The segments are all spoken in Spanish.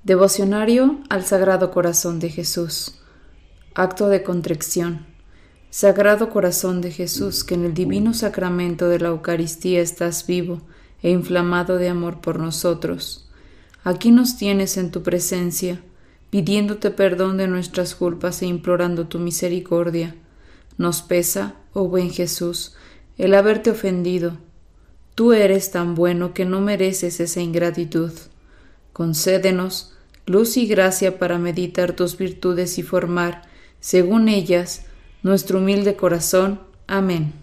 Devocionario al Sagrado Corazón de Jesús. Acto de contrición. Sagrado Corazón de Jesús, que en el divino sacramento de la Eucaristía estás vivo e inflamado de amor por nosotros. Aquí nos tienes en tu presencia, pidiéndote perdón de nuestras culpas e implorando tu misericordia. Nos pesa, oh buen Jesús, el haberte ofendido. Tú eres tan bueno que no mereces esa ingratitud. Concédenos luz y gracia para meditar tus virtudes y formar, según ellas, nuestro humilde corazón. Amén.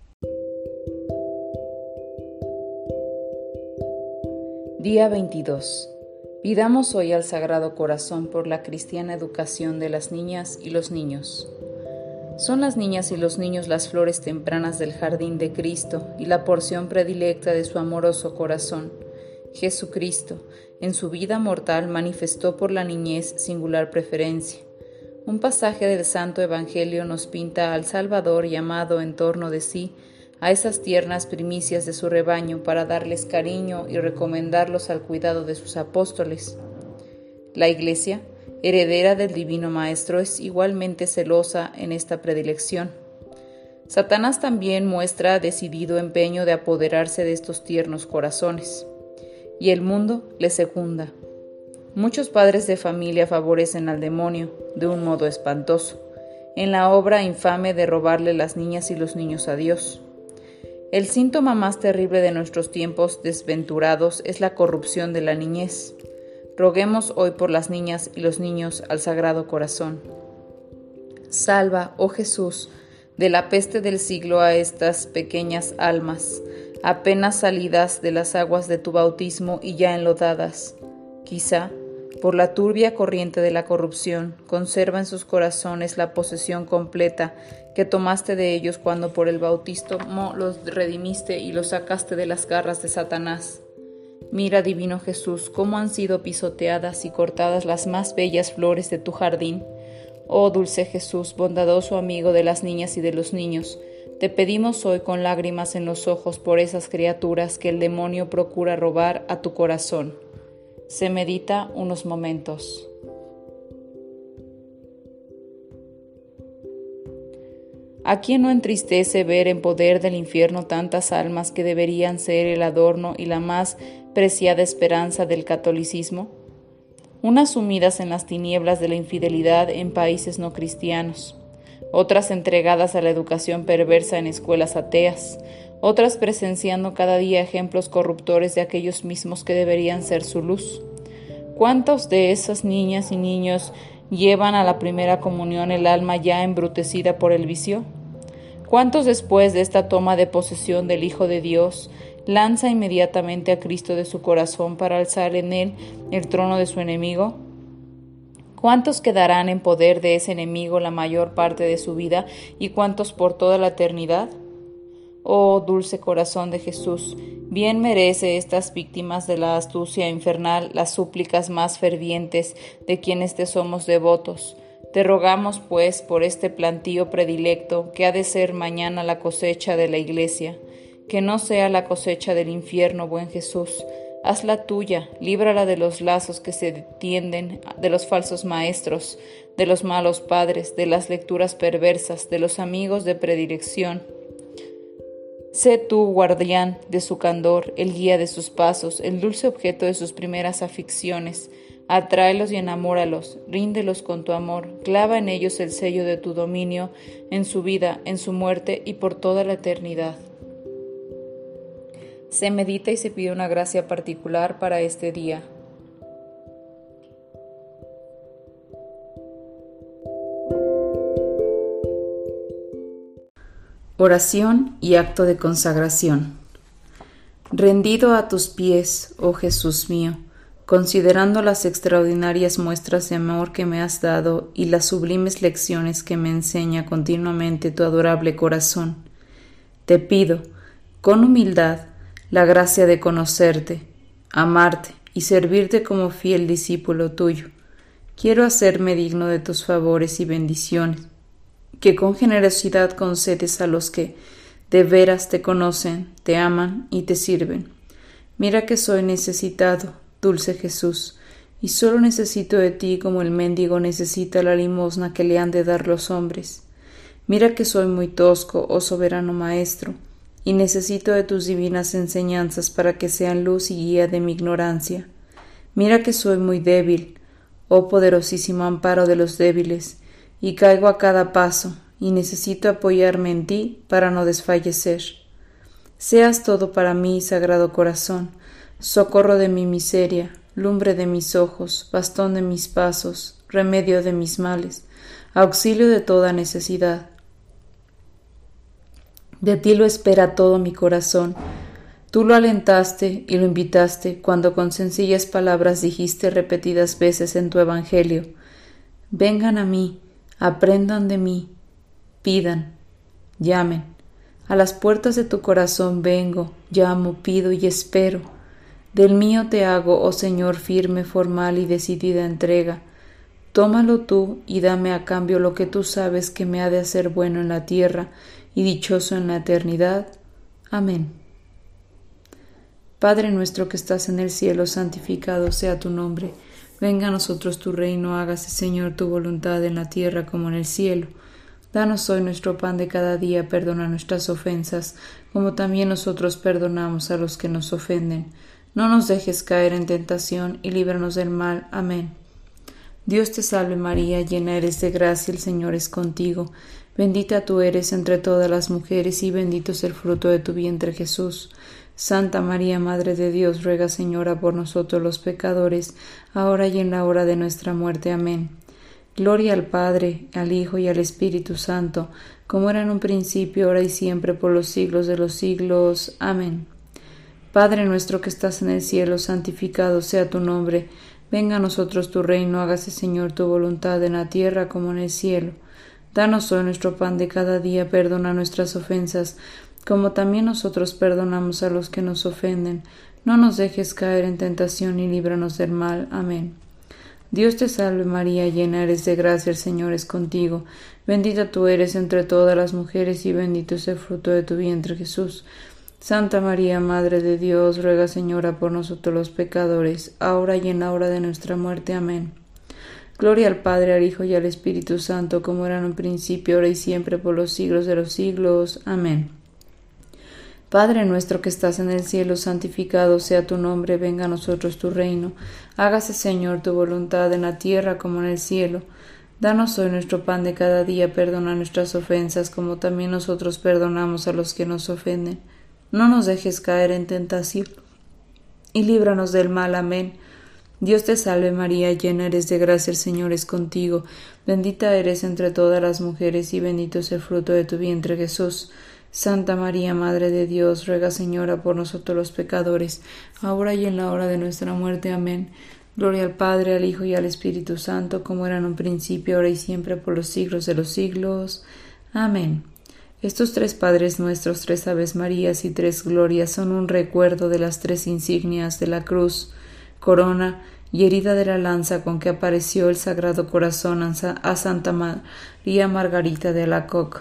Día 22. Pidamos hoy al Sagrado Corazón por la cristiana educación de las niñas y los niños. Son las niñas y los niños las flores tempranas del jardín de Cristo y la porción predilecta de su amoroso corazón. Jesucristo, en su vida mortal, manifestó por la niñez singular preferencia. Un pasaje del Santo Evangelio nos pinta al Salvador llamado en torno de sí a esas tiernas primicias de su rebaño para darles cariño y recomendarlos al cuidado de sus apóstoles. La Iglesia, heredera del Divino Maestro, es igualmente celosa en esta predilección. Satanás también muestra decidido empeño de apoderarse de estos tiernos corazones, y el mundo le secunda. Muchos padres de familia favorecen al demonio de un modo espantoso, en la obra infame de robarle las niñas y los niños a Dios. El síntoma más terrible de nuestros tiempos desventurados es la corrupción de la niñez. Roguemos hoy por las niñas y los niños al Sagrado Corazón. Salva, oh Jesús, de la peste del siglo a estas pequeñas almas, apenas salidas de las aguas de tu bautismo y ya enlodadas. Quizá, por la turbia corriente de la corrupción, conserva en sus corazones la posesión completa que tomaste de ellos cuando por el bautismo los redimiste y los sacaste de las garras de Satanás. Mira, divino Jesús, cómo han sido pisoteadas y cortadas las más bellas flores de tu jardín. Oh dulce Jesús, bondadoso amigo de las niñas y de los niños, te pedimos hoy con lágrimas en los ojos por esas criaturas que el demonio procura robar a tu corazón. Se medita unos momentos. ¿A quién no entristece ver en poder del infierno tantas almas que deberían ser el adorno y la más preciada esperanza del catolicismo? Unas sumidas en las tinieblas de la infidelidad en países no cristianos, otras entregadas a la educación perversa en escuelas ateas, otras presenciando cada día ejemplos corruptores de aquellos mismos que deberían ser su luz. ¿Cuántos de esas niñas y niños llevan a la primera comunión el alma ya embrutecida por el vicio? ¿Cuántos después de esta toma de posesión del Hijo de Dios lanza inmediatamente a Cristo de su corazón para alzar en él el trono de su enemigo? ¿Cuántos quedarán en poder de ese enemigo la mayor parte de su vida y cuántos por toda la eternidad? Oh dulce corazón de Jesús, bien merece estas víctimas de la astucia infernal las súplicas más fervientes de quienes te somos devotos. Te rogamos, pues, por este plantío predilecto que ha de ser mañana la cosecha de la Iglesia, que no sea la cosecha del infierno, buen Jesús. Hazla tuya, líbrala de los lazos que se tienden, de los falsos maestros, de los malos padres, de las lecturas perversas, de los amigos de predilección. Sé tú, guardián de su candor, el guía de sus pasos, el dulce objeto de sus primeras aficiones. Atráelos y enamóralos, ríndelos con tu amor, clava en ellos el sello de tu dominio, en su vida, en su muerte y por toda la eternidad. Se medita y se pide una gracia particular para este día. Oración y acto de consagración. Rendido a tus pies, oh Jesús mío, considerando las extraordinarias muestras de amor que me has dado y las sublimes lecciones que me enseña continuamente tu adorable corazón, te pido, con humildad, la gracia de conocerte, amarte y servirte como fiel discípulo tuyo. Quiero hacerme digno de tus favores y bendiciones, que con generosidad concedes a los que de veras te conocen, te aman y te sirven. Mira que soy necesitado, dulce Jesús, y solo necesito de ti como el mendigo necesita la limosna que le han de dar los hombres. Mira que soy muy tosco, oh soberano Maestro, y necesito de tus divinas enseñanzas para que sean luz y guía de mi ignorancia. Mira que soy muy débil, oh poderosísimo amparo de los débiles, y caigo a cada paso, y necesito apoyarme en ti para no desfallecer. Seas todo para mí, Sagrado Corazón, socorro de mi miseria, lumbre de mis ojos, bastón de mis pasos, remedio de mis males, auxilio de toda necesidad. De ti lo espera todo mi corazón. Tú lo alentaste y lo invitaste cuando con sencillas palabras dijiste repetidas veces en tu Evangelio: vengan a mí, aprendan de mí, pidan, llamen. A las puertas de tu corazón vengo, llamo, pido y espero. Del mío te hago, oh Señor, firme, formal y decidida entrega. Tómalo tú y dame a cambio lo que tú sabes que me ha de hacer bueno en la tierra y dichoso en la eternidad. Amén. Padre nuestro que estás en el cielo, santificado sea tu nombre. Venga a nosotros tu reino, hágase, Señor, tu voluntad en la tierra como en el cielo. Danos hoy nuestro pan de cada día, perdona nuestras ofensas, como también nosotros perdonamos a los que nos ofenden. No nos dejes caer en tentación y líbranos del mal. Amén. Dios te salve María, llena eres de gracia, el Señor es contigo. Bendita tú eres entre todas las mujeres y bendito es el fruto de tu vientre Jesús. Santa María, Madre de Dios, ruega, Señora, por nosotros los pecadores, ahora y en la hora de nuestra muerte. Amén. Gloria al Padre, al Hijo y al Espíritu Santo, como era en un principio, ahora y siempre, por los siglos de los siglos. Amén. Padre nuestro que estás en el cielo, santificado sea tu nombre. Venga a nosotros tu reino, hágase, Señor, tu voluntad en la tierra como en el cielo. Danos hoy nuestro pan de cada día, perdona nuestras ofensas, como también nosotros perdonamos a los que nos ofenden. No nos dejes caer en tentación y líbranos del mal. Amén. Dios te salve María, llena eres de gracia, el Señor es contigo. Bendita tú eres entre todas las mujeres y bendito es el fruto de tu vientre Jesús. Santa María, Madre de Dios, ruega, Señora, por nosotros los pecadores, ahora y en la hora de nuestra muerte. Amén. Gloria al Padre, al Hijo y al Espíritu Santo, como era en un principio, ahora y siempre, por los siglos de los siglos. Amén. Padre nuestro que estás en el cielo, santificado sea tu nombre, venga a nosotros tu reino. Hágase, Señor, tu voluntad en la tierra como en el cielo. Danos hoy nuestro pan de cada día, perdona nuestras ofensas, como también nosotros perdonamos a los que nos ofenden. No nos dejes caer en tentación, y líbranos del mal. Amén. Dios te salve María, llena eres de gracia, el Señor es contigo. Bendita eres entre todas las mujeres, y bendito es el fruto de tu vientre Jesús. Santa María, Madre de Dios, ruega, Señora, por nosotros los pecadores, ahora y en la hora de nuestra muerte. Amén. Gloria al Padre, al Hijo y al Espíritu Santo, como era en un principio, ahora y siempre, por los siglos de los siglos. Amén. Estos 3 Padres Nuestros, 3 Aves Marías y 3 Glorias son un recuerdo de las 3 insignias de la cruz, corona y herida de la lanza con que apareció el Sagrado Corazón a Santa María Margarita de Alacoque.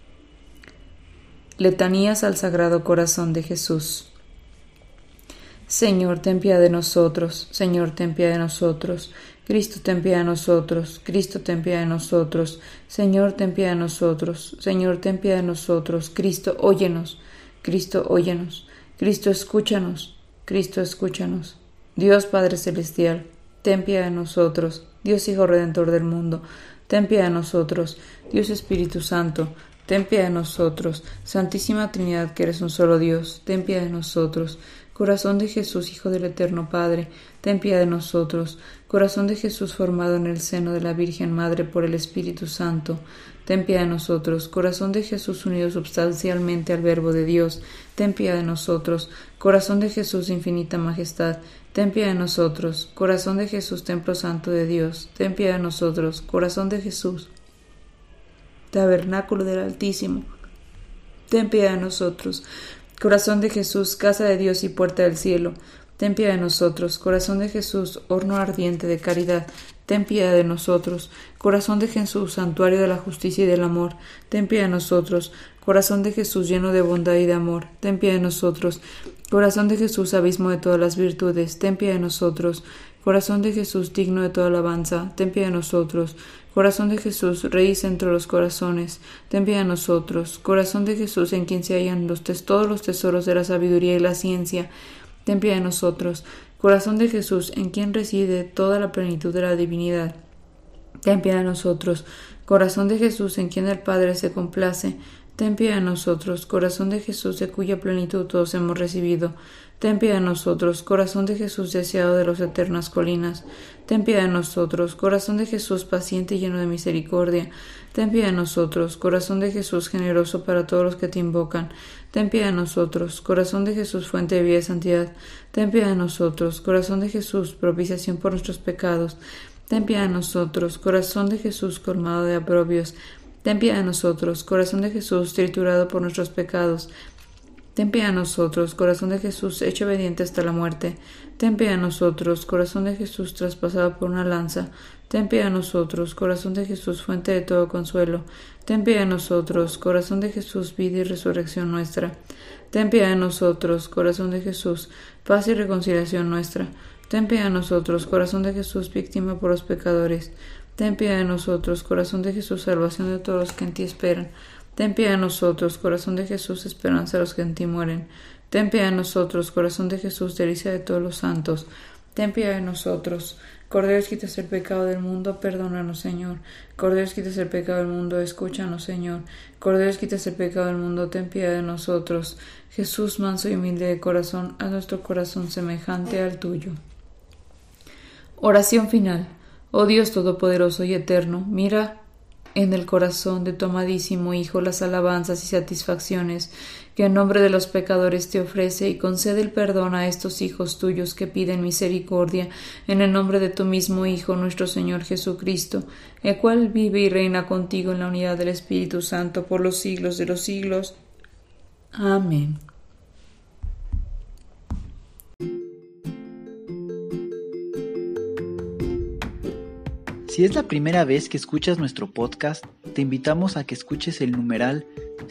Letanías al Sagrado Corazón de Jesús. Señor, ten piedad de nosotros. Señor, ten piedad de nosotros. Cristo, ten piedad de nosotros. Cristo, ten piedad de nosotros. Señor, ten piedad de nosotros. Señor, ten piedad de nosotros. Cristo, óyenos. Cristo, óyenos. Cristo, escúchanos. Cristo, escúchanos. Dios Padre Celestial, ten piedad de nosotros. Dios Hijo Redentor del mundo, ten piedad de nosotros. Dios Espíritu Santo, ten piedad de nosotros. Santísima Trinidad, que eres un solo Dios, ten piedad de nosotros. Corazón de Jesús, Hijo del Eterno Padre, ten piedad de nosotros. Corazón de Jesús formado en el seno de la Virgen Madre por el Espíritu Santo, ten piedad de nosotros. Corazón de Jesús unido substancialmente al Verbo de Dios, ten piedad de nosotros. Corazón de Jesús, infinita majestad, ten piedad de nosotros. Corazón de Jesús, templo santo de Dios, ten piedad de nosotros. Corazón de Jesús, tabernáculo del Altísimo, ten piedad de nosotros. Corazón de Jesús, casa de Dios y puerta del cielo, ten piedad de nosotros. Corazón de Jesús, horno ardiente de caridad, ten piedad de nosotros. Corazón de Jesús, santuario de la justicia y del amor, ten piedad de nosotros. Corazón de Jesús, lleno de bondad y de amor, ten piedad de nosotros. Corazón de Jesús, abismo de todas las virtudes, ten piedad de nosotros. Corazón de Jesús, digno de toda alabanza, ten piedad de nosotros. Corazón de Jesús, Rey entre los corazones, ten piedad de nosotros. Corazón de Jesús, en quien se hallan todos los tesoros de la sabiduría y la ciencia, ten piedad de nosotros. Corazón de Jesús, en quien reside toda la plenitud de la divinidad, ten piedad de nosotros. Corazón de Jesús, en quien el Padre se complace, ten piedad de nosotros. Corazón de Jesús, de cuya plenitud todos hemos recibido, ten piedad de nosotros. Corazón de Jesús, deseado de las eternas colinas, ten piedad de nosotros. Corazón de Jesús, paciente y lleno de misericordia, ten piedad de nosotros. Corazón de Jesús, generoso para todos los que te invocan, ten piedad de nosotros. Corazón de Jesús, fuente de vida y santidad, ten piedad de nosotros. Corazón de Jesús, propiciación por nuestros pecados, ten piedad de nosotros. Corazón de Jesús, colmado de aprobios, ten piedad de nosotros. Corazón de Jesús, triturado por nuestros pecados, ten piedad de nosotros. Corazón de Jesús, hecho obediente hasta la muerte, ten piedad de nosotros. Corazón de Jesús, traspasado por una lanza, ten piedad de nosotros. Corazón de Jesús, fuente de todo consuelo, ten piedad de nosotros. Corazón de Jesús, vida y resurrección nuestra, ten piedad de nosotros. Corazón de Jesús, paz y reconciliación nuestra, ten piedad de nosotros. Corazón de Jesús, víctima por los pecadores, ten piedad de nosotros. Corazón de Jesús, salvación de todos los que en ti esperan, ten piedad de nosotros. Corazón de Jesús, esperanza de los que en ti mueren, ten piedad de nosotros. Corazón de Jesús, delicia de todos los santos, ten piedad de nosotros. Cordero, quitas el pecado del mundo, perdónanos, Señor. Cordero, quitas el pecado del mundo, escúchanos, Señor. Cordero, quitas el pecado del mundo, ten piedad de nosotros. Jesús, manso y humilde de corazón, haz nuestro corazón semejante al tuyo. Oración final. Oh Dios todopoderoso y eterno, mira en el corazón de tu amadísimo Hijo las alabanzas y satisfacciones que en nombre de los pecadores te ofrece, y concede el perdón a estos hijos tuyos que piden misericordia en el nombre de tu mismo Hijo, nuestro Señor Jesucristo, el cual vive y reina contigo en la unidad del Espíritu Santo por los siglos de los siglos. Amén. Si es la primera vez que escuchas nuestro podcast, te invitamos a que escuches el numeral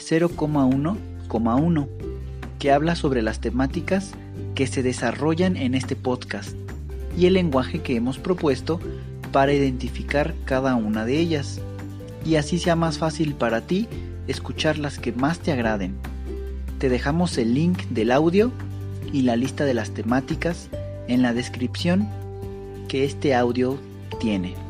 0,1,1, que habla sobre las temáticas que se desarrollan en este podcast y el lenguaje que hemos propuesto para identificar cada una de ellas, y así sea más fácil para ti escuchar las que más te agraden. Te dejamos el link del audio y la lista de las temáticas en la descripción que este audio tiene.